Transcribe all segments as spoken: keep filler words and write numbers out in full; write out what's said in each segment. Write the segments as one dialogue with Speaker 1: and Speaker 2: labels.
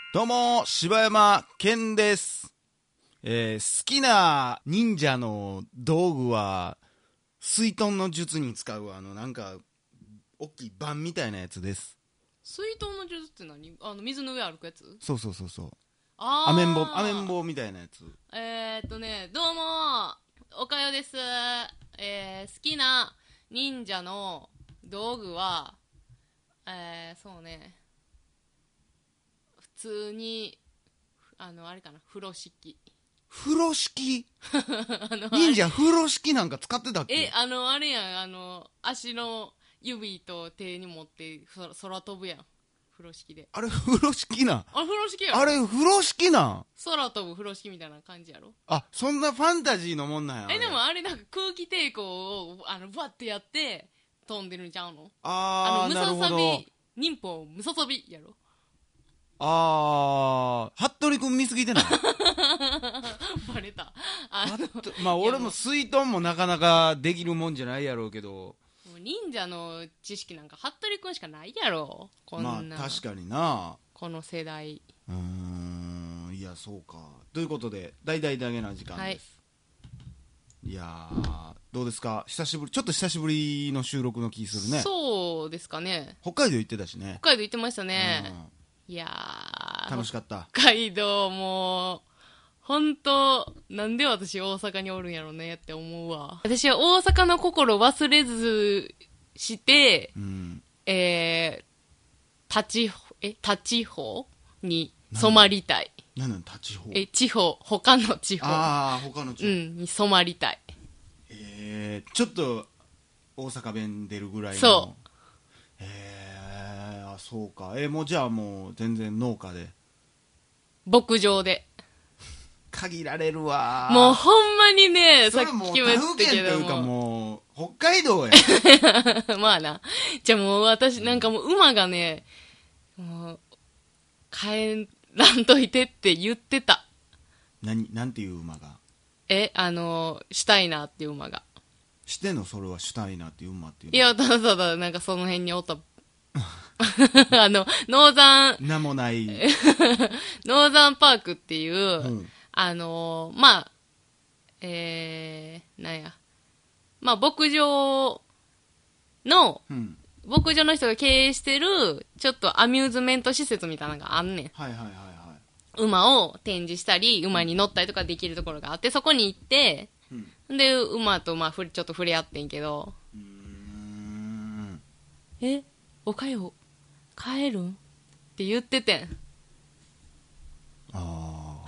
Speaker 1: どうも柴山健です、えー、好きな忍者の道具は水遁の術に使うあのなんか大きい板みたいなやつです。
Speaker 2: 水遁の術って何？あの水の上歩くやつ？
Speaker 1: そうそうそうそう。
Speaker 2: あー
Speaker 1: アメンボアメンボみたいなやつ。
Speaker 2: えーっとねどうもおかよです。えー、好きな忍者の道具はえー、そうね普通にあのあれかな風呂敷
Speaker 1: 風呂敷
Speaker 2: あの
Speaker 1: 忍者風呂敷なんか使ってたっけ？
Speaker 2: えあのあれやんあの足の指と手に持って空空飛ぶやん風呂敷で。
Speaker 1: あれ風呂敷なん？
Speaker 2: あれ風呂敷やろ。
Speaker 1: あれ風呂敷なん？
Speaker 2: 空飛ぶ風呂敷みたいな感じやろ。
Speaker 1: あ、そんなファンタジーのもんなんや。
Speaker 2: えでもあれなんか空気抵抗をあのバッてやって飛んでるんちゃうの？
Speaker 1: あー
Speaker 2: あのムサ
Speaker 1: なるほど。
Speaker 2: サビ忍法ムササビやろ。
Speaker 1: あー服部君見すぎてない？
Speaker 2: バレた。あの
Speaker 1: まあ俺も水遁もなかなかできるもんじゃないやろうけど、
Speaker 2: もう忍者の知識なんか服部君しかないやろこんな。
Speaker 1: まあ確かにな。
Speaker 2: この世代。
Speaker 1: うーん、いやそうか。ということで大々だけな時間です、はい、いやーどうですか？久しぶり、ちょっと久しぶりの収録の気するね。
Speaker 2: そうですかね。
Speaker 1: 北海道行ってたしね。
Speaker 2: 北海道行ってましたね。いやー
Speaker 1: 楽しかった。
Speaker 2: 北海道もう本当なんで私大阪におるんやろねって思うわ。私は大阪の心忘れずして、うん、えー、立ちえ立ち方に染まりたい。
Speaker 1: 何なん立ち方？
Speaker 2: え地方他の地方。
Speaker 1: ああ他の地方、
Speaker 2: うん、に染まりたい。
Speaker 1: えー、ちょっと大阪弁出るぐらいの。
Speaker 2: そう。
Speaker 1: えー、あそうか。えー、もうじゃあもう全然農家で
Speaker 2: 牧場で。
Speaker 1: 限られるわ。
Speaker 2: もうほんまにね、さっきも言ったけども。
Speaker 1: 他府県というかもう北海道や。
Speaker 2: まあな。じゃあもう私なんかもう馬がね、もう帰らんといてって言ってた。
Speaker 1: 何なんていう馬が？
Speaker 2: えあのシュタイナーっていう馬が。
Speaker 1: 知ってんの？それはシュタイナーっていう馬っていうの？
Speaker 2: いやただただなんかその辺におったあのノーザン
Speaker 1: 名もない
Speaker 2: ノーザンパークっていう、
Speaker 1: うん、
Speaker 2: あのー、まあえー、なんやまあ牧場の、うん、牧場の人が経営してるちょっとアミューズメント施設みたいなのがあんねん。
Speaker 1: はいはいはいはい。
Speaker 2: 馬を展示したり馬に乗ったりとかできるところがあって、そこに行って、うん、で馬とまあちょっと触れ合ってんけど、うーんえおかよ帰るんって言っててん。
Speaker 1: あ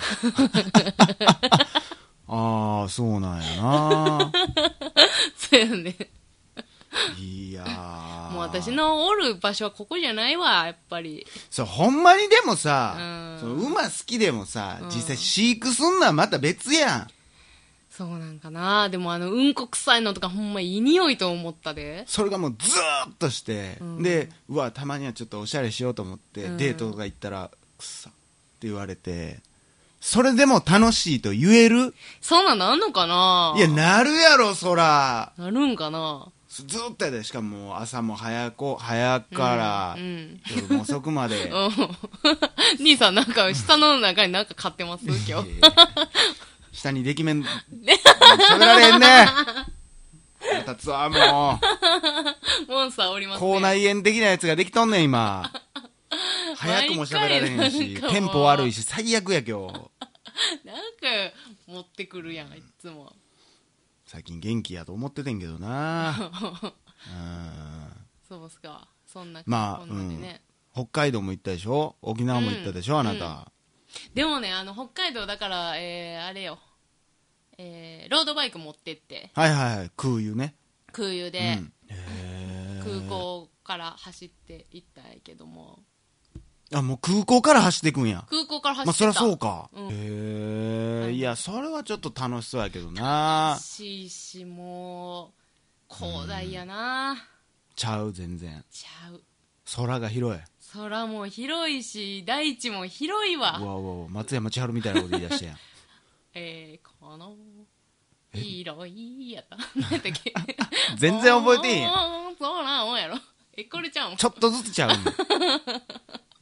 Speaker 1: ああそうなんやな。
Speaker 2: そうやね。
Speaker 1: いやー
Speaker 2: もう私のおる場所はここじゃないわやっぱり。
Speaker 1: そうほんまにでもさ、うん、その馬好きでもさ、うん、実際飼育すんのはまた別やん。
Speaker 2: そうなんかな。でもあのうんこ臭いのとかほんまいい匂いと思ったで。
Speaker 1: それがもうずーっとして、うん、でうわたまにはちょっとおしゃれしようと思って、うん、デートとか行ったらくっさって言われて、それでも楽しいと言える？
Speaker 2: そんなんなんのかな。
Speaker 1: いやなるやろそら。
Speaker 2: なるんかな。
Speaker 1: ずっとやで。しかも朝も早こ早から、うんうん、夜も遅くまで
Speaker 2: 兄さんなんか下の中になんか買ってます今日
Speaker 1: 下にできめん喋られへんね。腹立つわも
Speaker 2: うモンスターおりますね。
Speaker 1: 口内炎的なやつができとんねん今。早くも喋られへんしテンポ悪いし最悪や今日。なんか
Speaker 2: 持ってくるやんいつも。
Speaker 1: 最近元気やと思っててんけどなうん
Speaker 2: そうっすか。そんな
Speaker 1: まあ、こんなでね、うん、北海道も行ったでしょ、沖縄も行ったでしょ、うん、あなた、うん、
Speaker 2: でもねあの北海道だから、えー、あれよ、えー、ロードバイク持ってって、
Speaker 1: はいはいはい、空輸ね、
Speaker 2: 空輸で、うん、
Speaker 1: へ
Speaker 2: 空港から走って行ったんやけども、
Speaker 1: あもう空港から走っていくんや。
Speaker 2: 空港から走ってた。
Speaker 1: まあそりゃそうか、
Speaker 2: うん、
Speaker 1: へえ、いやそれはちょっと楽しそうやけどな。
Speaker 2: 楽しいしもう広大やな、うん、
Speaker 1: ちゃう全然
Speaker 2: ちゃう。
Speaker 1: 空が広い。
Speaker 2: 空も広いし大地も広いわ。
Speaker 1: うわうわ松山千春みたいなこと言い出してやん
Speaker 2: えー、この広いやった何やったっけ
Speaker 1: 全然覚えてへんやん。
Speaker 2: そうなんもんやろ。えこれちゃうん
Speaker 1: ちょっとずつちゃうん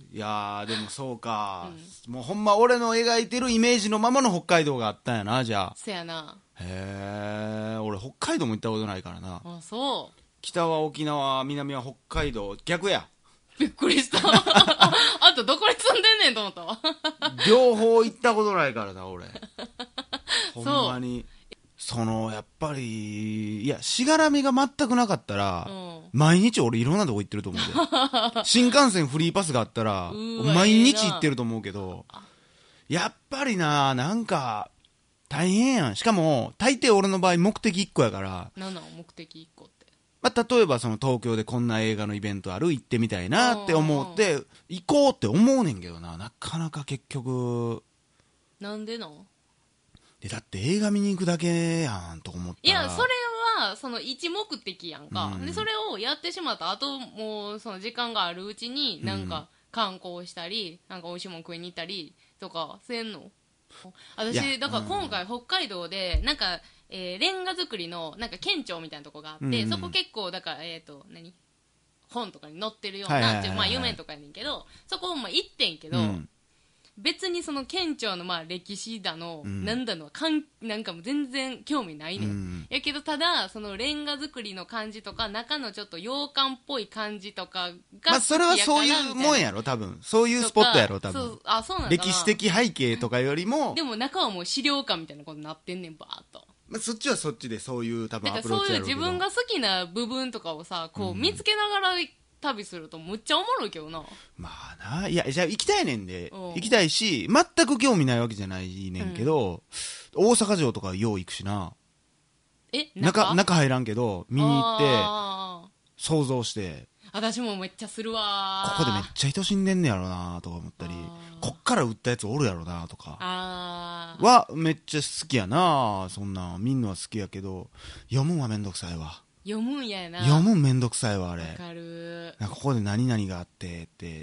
Speaker 1: いやーでもそうか、うん、もうほんま俺の描いてるイメージのままの北海道があったんやな。じゃあ
Speaker 2: そやな。
Speaker 1: へえ。俺北海道も行ったことないからな。
Speaker 2: あ、そう。
Speaker 1: 北は沖縄、南は北海道、逆や。
Speaker 2: びっくりしたあとどこに住んでんねんと思ったわ
Speaker 1: 両方行ったことないからな俺ほんまに。そのやっぱりいやしがらみが全くなかったら、うん、毎日俺いろんなとこ行ってると思うで新幹線フリーパスがあったら毎日行ってると思うけど、やっぱりな、なんか大変やん。しかも大抵俺の場合目的いっこやから。
Speaker 2: 何なの目的いっこって。
Speaker 1: まあ、例えばその東京でこんな映画のイベントある、行ってみたいなって思って行こうって思うねんけどな、なかなか結局。
Speaker 2: なんでの
Speaker 1: でだって映画見に行くだけやんと思ったら。
Speaker 2: いやそれはその一目的やんか、うん、でそれをやってしまったあともうその時間があるうちになんか観光したり、なんか美味しいもん食いに行ったりとかせんの。私だから今回北海道でなんか、えー、レンガ作りのなんか県庁みたいなとこがあって、うんうん、そこ結構だからえっ、ー、と何本とかに載ってるような、はいはいはいはい、まあ有名とかやねんけど、そこまあ行ってんけど、うん、別にその県庁のまあ歴史だの、うん、なんだのはかんなんかも全然興味ないねん、うん、やけどただそのレンガ作りの感じとか中のちょっと洋館っぽい感じとかが好きやから、まあ、
Speaker 1: それはそういうもんやろ多分。そういうスポットやろ多分。
Speaker 2: そう、あ、そうなんだ。
Speaker 1: 歴史的背景とかよりも
Speaker 2: でも中はもう資料館みたいなことになってんねんバーっと。
Speaker 1: まあ、そっちはそっちでそういう多分アプローチやろうけど、
Speaker 2: だからそういう自分が好きな部分とかをさこう見つけながら旅するとむっちゃおもろいけどな。
Speaker 1: まあな、いやじゃあ行きたいねんで、行きたいし全く興味ないわけじゃないねんけど、うん、大阪城とかよう行くしな。
Speaker 2: え
Speaker 1: 中, 中入らんけど見に行って想像して、
Speaker 2: 私もめっちゃするわ。
Speaker 1: ここでめっちゃ人死んでんねやろなとか思ったり、こっから撃ったやつおるやろなとかはめっちゃ好きやな。そんなん見んのは好きやけど読むんはめんどくさいわ。
Speaker 2: 読むんややな。
Speaker 1: 読むんめんどくさいわあれ。わ
Speaker 2: かる。
Speaker 1: なんかここで何々があってって、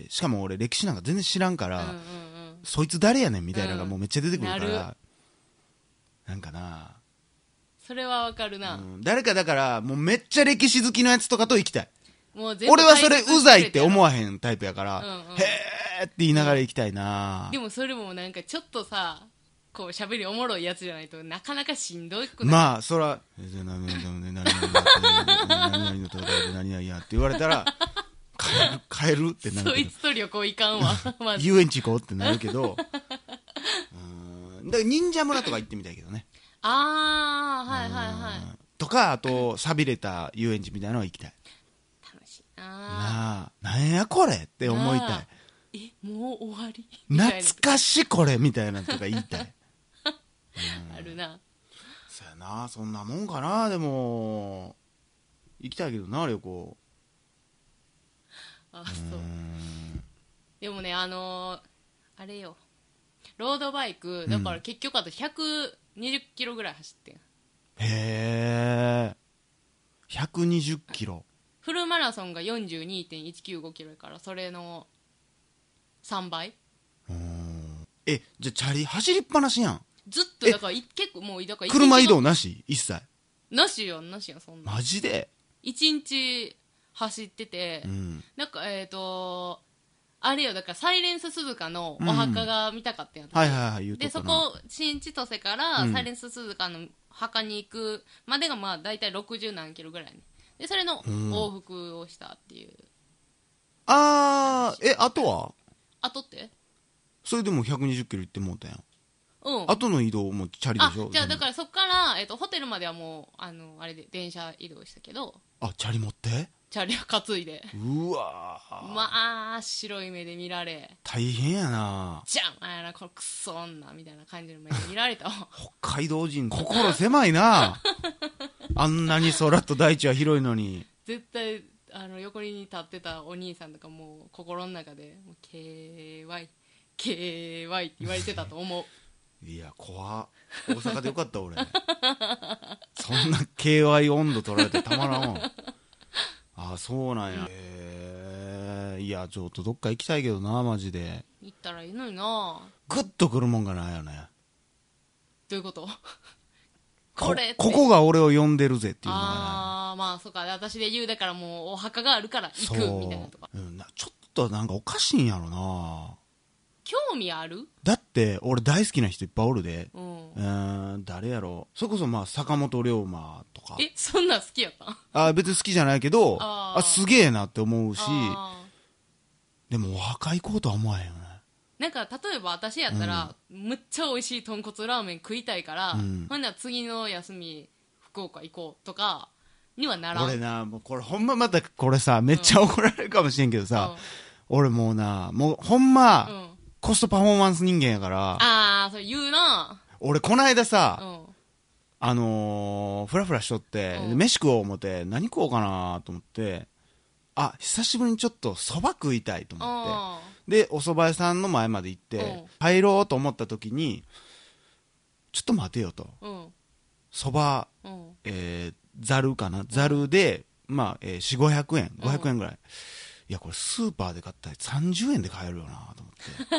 Speaker 1: しかも俺歴史なんか全然知らんから、うんうんうん、そいつ誰やねんみたいなのがもうめっちゃ出てくるから、うん、な, なんかな
Speaker 2: それはわかるな、
Speaker 1: うん、誰かだからもうめっちゃ歴史好きのやつとかと行きたい。
Speaker 2: もう全部
Speaker 1: 俺はそれうざいって思わへんタイプやから、うんうん、へーって言いながら行きたいな、
Speaker 2: うん、でもそれもなんかちょっとさこう喋りおもろいやつじゃないとなかなかしんどくない。
Speaker 1: まあそら何々の戦いで何々やって言われたら帰る帰るってなるけど、
Speaker 2: そいつと旅行行かんわ
Speaker 1: まず遊園地行こうってなるけどうん、だから忍者村とか行ってみたいけどね。
Speaker 2: ああはいはいはい
Speaker 1: とか、あと寂れた遊園地みたいなのは行きたい。
Speaker 2: 楽しいな
Speaker 1: あ。なんやこれって思いた
Speaker 2: い。えもう終わり
Speaker 1: 懐かしこれみたいなとか言いたい
Speaker 2: あるな。
Speaker 1: そやな、そんなもんかな。でも行きたいけどな旅行。
Speaker 2: あそう。でもねあのー、あれよロードバイクだから結局あとひゃくにじゅっキロぐらい走ってん、うん、
Speaker 1: へえ ひゃくにじゅっキロ。
Speaker 2: フルマラソンが よんじゅうにてんいちきゅうごキロやからそれのさんばい。
Speaker 1: えじゃあチャリ走りっぱなしやん。
Speaker 2: ずっとだから結構もうだから
Speaker 1: 車移動なし一切
Speaker 2: なしよなしよそんな。
Speaker 1: マジで
Speaker 2: いちにち走ってて、うん、なんかえっ、ー、とあれよだからサイレンス鈴鹿のお墓が見たかったやん、うん、
Speaker 1: はいはいはい言うと
Speaker 2: でそこ新千歳からサイレンス鈴鹿の墓に行くまでがまあ大体ろくじゅう何キロぐらいね。でそれの往復をしたっていう、うん、
Speaker 1: あーえあとは
Speaker 2: あとって
Speaker 1: それでもひゃくにじゅっキロ行ってもうたやん。
Speaker 2: うん、
Speaker 1: 後の移動もチャリでしょ。
Speaker 2: あじゃあだからそっから、えー、とホテルまではもうあのあれで電車移動したけど。
Speaker 1: あチャリ持って
Speaker 2: チャリは担いで
Speaker 1: うわ
Speaker 2: まあ白い目で見られ
Speaker 1: 大変やな。
Speaker 2: じゃあやなこのクソ女みたいな感じの目で見られた
Speaker 1: 北海道人心狭いなあんなに空と大地は広いのに。
Speaker 2: 絶対あの横に立ってたお兄さんとかもう心の中でもう ケーワイ ケーワイ って言われてたと思う
Speaker 1: いや怖っ大阪でよかった俺そんな ケーワイ 温度取られてたまらんわあそうなんや、えー、いやちょっとどっか行きたいけどなマジで。
Speaker 2: 行ったらいいのにな。
Speaker 1: グッとくるもんがないよね。
Speaker 2: どういうこと
Speaker 1: これここが俺を呼んでるぜっていうのがない。
Speaker 2: ああまあそうか私で言うだからもうお墓があるから行くみたいなとか、
Speaker 1: うん、なちょっとなんかおかしいんやろな。
Speaker 2: 興味ある？
Speaker 1: だって俺大好きな人いっぱいおるで、
Speaker 2: うん、
Speaker 1: えー、誰やろ。それこそまあ坂本龍馬とか。
Speaker 2: え、そんなん好きやったん？
Speaker 1: あ、別に好きじゃないけど、
Speaker 2: あ
Speaker 1: あすげえなって思うし、
Speaker 2: あ
Speaker 1: でも若い子とは思わへんよね。
Speaker 2: なんか例えば私やったら、うん、むっちゃ美味しい豚骨ラーメン食いたいから、うん、ほんなら次の休み福岡行こうとかにはならん。
Speaker 1: 俺な、もうこれほんままたこれさ、めっちゃ怒られるかもしれんけどさ、うん、俺もうな、もうほんま、うん、コストパフォーマンス人間やから。
Speaker 2: ああ、それ言うな。
Speaker 1: 俺こないださ、
Speaker 2: うん、
Speaker 1: あのー、フラフラしとって、うん、飯食おう思って、何食おうかなと思って、あ、久しぶりにちょっと蕎麦食いたいと思って。で、お蕎麦屋さんの前まで行って、うん、入ろうと思った時に、ちょっと待てよと。蕎麦、うん、えー、ざるかなざるで、まあ、えー、よんひゃく、ごひゃくえん、ごひゃくえんぐらい。うん、いや、これスーパーで買ったらさんじゅうえんで買えるよなと思って。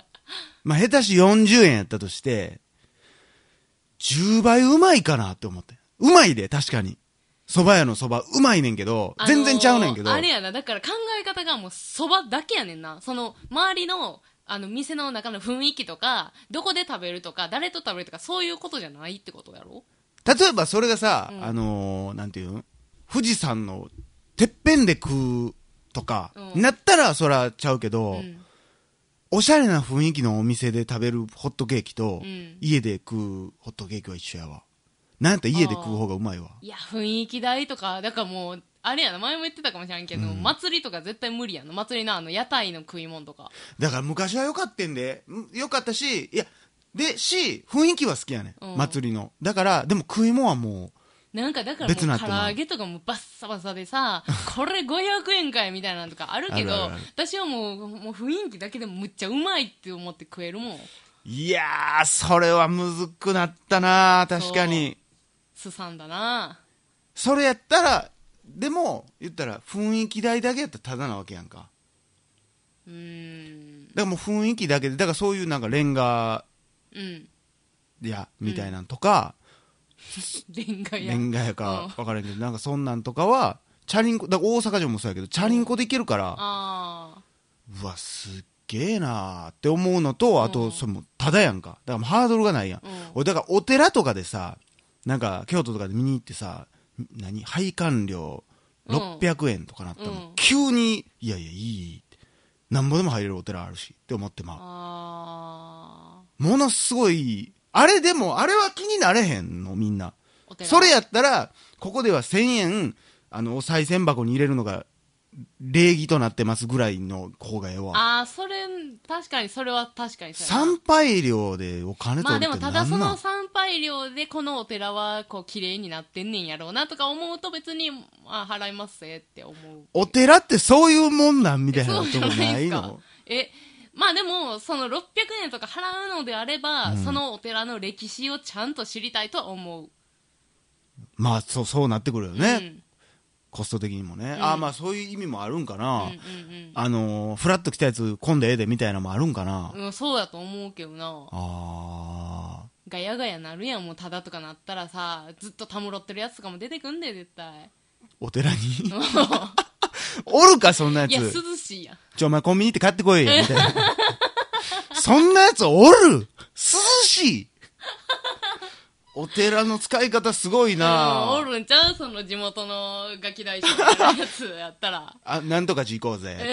Speaker 1: まあ、下手しよんじゅうえんやったとして、じゅうばいうまいかなって思って。うまいで、確かに。蕎麦屋の蕎麦うまいねんけど、あのー、全然ちゃうねんけど。
Speaker 2: あれやな、だから考え方がもう蕎麦だけやねんな。その、周りの、あの、店の中の雰囲気とか、どこで食べるとか、誰と食べるとか、そういうことじゃないってことやろ？
Speaker 1: 例えばそれがさ、うん、あのー、なんていうの？富士山のてっぺんで食うとか、うん、なったらそらちゃうけど、うん、おしゃれな雰囲気のお店で食べるホットケーキと、うん、家で食うホットケーキは一緒やわ。なんやったら家で食う方がうまいわ。
Speaker 2: いや、雰囲気代とか、だからもう、あれやな、前も言ってたかもしれんけど、うん、祭りとか絶対無理やな。祭りのあの、屋台の食い物とか。
Speaker 1: だから昔は良かったんで、良かったし、いや、で、し、雰囲気は好きやねん。うん、祭りの。だから、でも食い物はもう、
Speaker 2: なんかだからもう唐揚げとかもバッサバサでさ、これごひゃくえんかいみたいなのとかあるけど、あるあるある、私はもう、もう雰囲気だけでもむっちゃうまいって思って食えるもん。
Speaker 1: いやー、それはむずくなったな、確かに。
Speaker 2: すさんだな。
Speaker 1: それやったら、でも言ったら雰囲気代だけやったらただなわけやんか。
Speaker 2: うーん、
Speaker 1: だからもう雰囲気だけで、だからそういうなんかレンガ屋みたいなんとか、
Speaker 2: うん、レンガ屋
Speaker 1: レンガ屋か分からんけど、なんかそんなんとかはチャリンコ、だから大阪城もそうやけどチャリンコで行けるから、うん、あうわすっげえなーって思うのと、あと、うん、それもただやんか。だからもうハードルがないやん、うん、俺だからお寺とかでさ、なんか京都とかで見に行ってさ、何拝観料ろっぴゃくえんとかなったの、うん、急にいやいやいいってなんぼでも入れるお寺あるしって思ってまう。あものすごいあれ。でもあれは気になれへんのみんな。それやったらここではせんえんあのお賽銭箱に入れるのが礼儀となってますぐらいの方がええわ。
Speaker 2: ああ、それ確かにそれは確かにそう
Speaker 1: やな。参拝料でお金取るってなんなん？
Speaker 2: まあでもただその参拝料でこのお寺はこう綺麗になってんねんやろうなとか思うと別に、まあ、払いますぜって思う。
Speaker 1: お寺ってそういうもんなんみたいなとこないの？
Speaker 2: え、まあでもそのろっぴゃくえんとか払うのであれば、うん、そのお寺の歴史をちゃんと知りたいとは思う。
Speaker 1: まあそうそうなってくるよね。うん、コスト的にもね、うん、ああまあそういう意味もあるんかな、うんうんうん、あのー、フラッと来たやつ混んでええでみたいなのもあるんかな、
Speaker 2: うん、そうやと思うけどな。
Speaker 1: あ
Speaker 2: ガヤガヤなるやん。もうただとかなったらさ、ずっとたむろってるやつとかも出てくんで絶対
Speaker 1: お寺におるかそんなやつ。
Speaker 2: いや涼しいやん。
Speaker 1: ちょお前コンビニ行って買ってこいやみたいなそんなやつおる？涼しいお寺の使い方すごいな、
Speaker 2: うん、おるんちゃう？その地元のガキ大将みたいなやつやったら
Speaker 1: あ、なんとか寺行こうぜ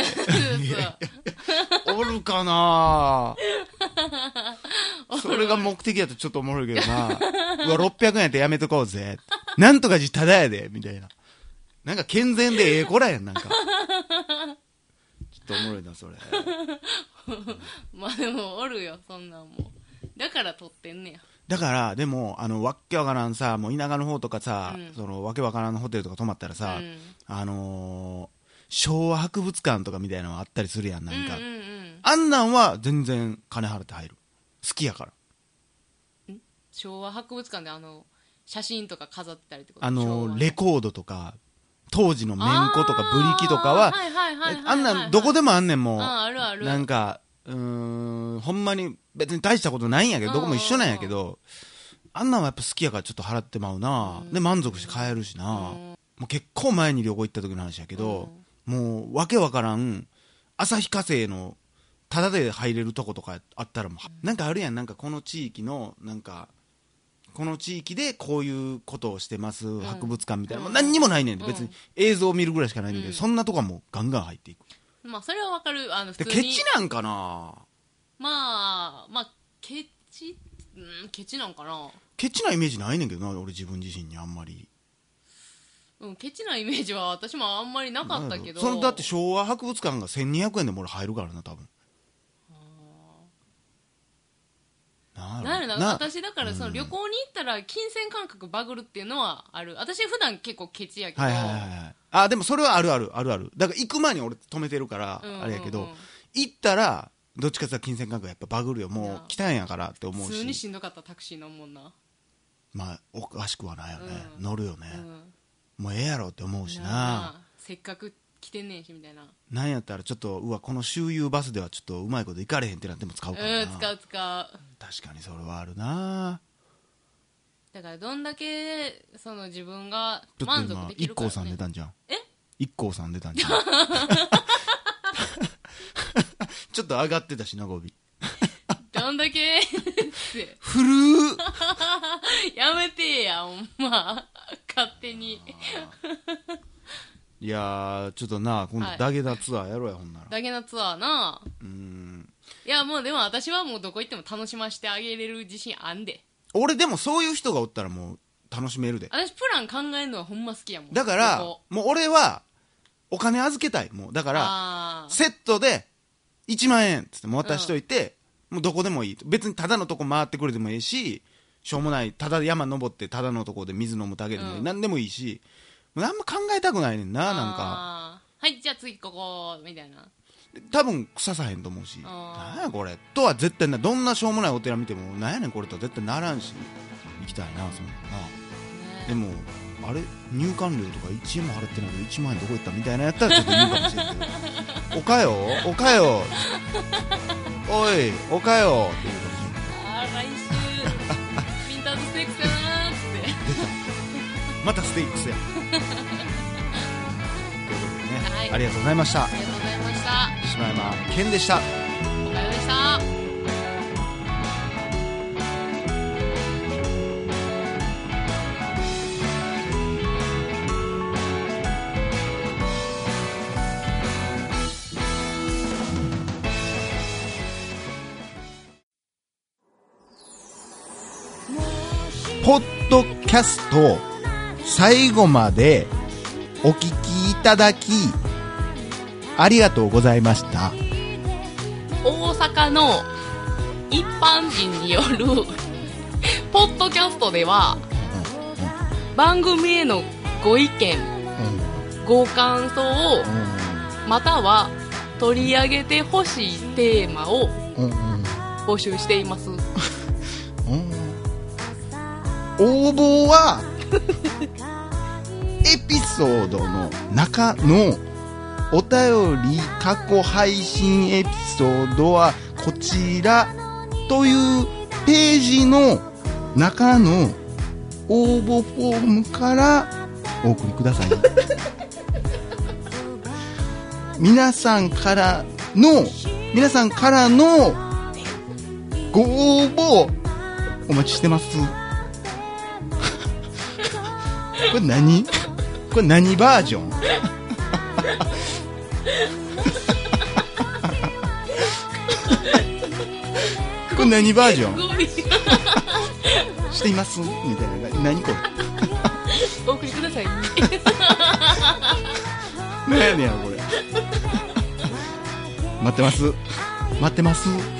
Speaker 1: おるかなそれが目的やとちょっとおもろいけどなうわろっぴゃくえんやってやめとこうぜなんとか寺ただやでみたいな、なんか健全でええ子らやん。なんかちょっとおもろいなそれ
Speaker 2: まあでもおるよそんなんも。だから撮ってんねや。
Speaker 1: だからでもあのわっけわからんさ、もう田舎の方とかさ、うん、そのわけわからんホテルとか泊まったらさ、うん、あのー、昭和博物館とかみたいなのあったりするやん。なんか、うんうんうん、あんなんは全然金払って入る。好きやから。
Speaker 2: ん昭和博物館であの写真とか飾ってたりってこと？
Speaker 1: あのー、レコードとか当時のめんことかブリキとかはあんなんどこでもあんねん。もう
Speaker 2: ああるある。
Speaker 1: なんかうーんほんまに別に大したことないんやけど、どこも一緒なんやけど、あんなんはやっぱ好きやからちょっと払ってまうな。で満足して帰るしな。もう結構前に旅行行った時の話やけど、もうわけわからん旭化成のタダで入れるとことかあったらもう、なんかあるやん、なんかこの地域のなんかこの地域でこういうことをしてます、うん、博物館みたいな、もう何にもないねんで、うん、別に映像を見るぐらいしかないねんけど、うん、そんなとこはもうガンガン入っていく。
Speaker 2: まあそれはわかる。あの普通に
Speaker 1: ケチなんかな。
Speaker 2: まあまあケチ、うん、ケチなんかな。
Speaker 1: ケチなイメージないねんけどな、俺自分自身にあんまり。
Speaker 2: うん、ケチなイメージは私もあんまりなかったけど。
Speaker 1: そのだって昭和博物館がせんにひゃくえんでも俺入るからな、多分。
Speaker 2: なんやろな、私だからその旅行に行ったら金銭感覚バグるっていうのはある。私普段結構ケチやけど、
Speaker 1: はいはいはいはい、あでもそれはあるあるあるある。だから行く前に俺止めてるからあれやけど、うんうんうん、行ったらどっちかっていうと金銭感覚やっぱバグるよ。もう来たんやからって思うし、
Speaker 2: 普通にしんどかったタクシー乗んもんな。
Speaker 1: まあおかしくはないよね、うん、乗るよね、うん、もうええやろって思うしな、
Speaker 2: なせっかく来てんねんしみたいな。
Speaker 1: なんやったらちょっとうわこの周遊バスではちょっとうまいこと行かれへんってなっても使うからな。
Speaker 2: うん、使う使う。
Speaker 1: 確かにそれはあるな。
Speaker 2: だからどんだけその自分が満足できるか、
Speaker 1: 一 k
Speaker 2: ら、ね、
Speaker 1: さん出たんじゃん。
Speaker 2: え
Speaker 1: 一 k さん出たんじゃんちょっと上がってたしな語尾
Speaker 2: どんだけって
Speaker 1: 古ー
Speaker 2: やめてやほんま勝手に
Speaker 1: いやーちょっとな今度ダゲダツアーやろうや、ほんなら。
Speaker 2: ダゲダツアーな。
Speaker 1: うーん、
Speaker 2: いやもうでも私はもうどこ行っても楽しませてあげれる自信あんで。
Speaker 1: 俺でもそういう人がおったらもう楽しめるで。
Speaker 2: 私プラン考えるのはほんま好きやもん。
Speaker 1: だからもう俺はお金預けたい。もうだからセットでいちまんえんっつっても渡しといて、うん、もうどこでもいい。別にただのとこ回ってくれてもいいし、しょうもないただ山登ってただのとこで水飲むだけでもいい、うん、何でもいいし、もう何も考えたくないねんな。なんか
Speaker 2: はいじゃあ次ここみたいな。
Speaker 1: 多分腐さへんと思うし、なんやこれとは絶対な。どんなしょうもないお寺見てもなんやねんこれとは絶対ならんし、行きたいなそんな、ね、でもあれ入館料とかいちえんも払ってないけどいちまんえんどこ行ったみたいなやったらちょっと言うかもしれんけどおかよおかよおいおかよって言うかもしれんけど、
Speaker 2: あー来週ミンターズステークスやなーって
Speaker 1: 出たまたステークスやということでね、はい、ありがとうございました。
Speaker 2: ありがとうございました。
Speaker 1: 柴山健でした。
Speaker 2: おかよでした。
Speaker 1: ポッドキャスト最後までお聞きいただきありがとうございました。
Speaker 2: 大阪の一般人によるポッドキャストでは、うんうん、番組へのご意見、うん、ご感想を、うん、または取り上げてほしいテーマを募集しています、うんうん、
Speaker 1: 応募はエピソードの中のお便り過去配信エピソードはこちらというページの中の応募フォームからお送りください皆さんからの皆さんからのご応募お待ちしてますこれ何これ何バージョンこれ何バージョンしていますみたいな。何これ
Speaker 2: お送りください
Speaker 1: 何やねんやろこれ待ってます待ってます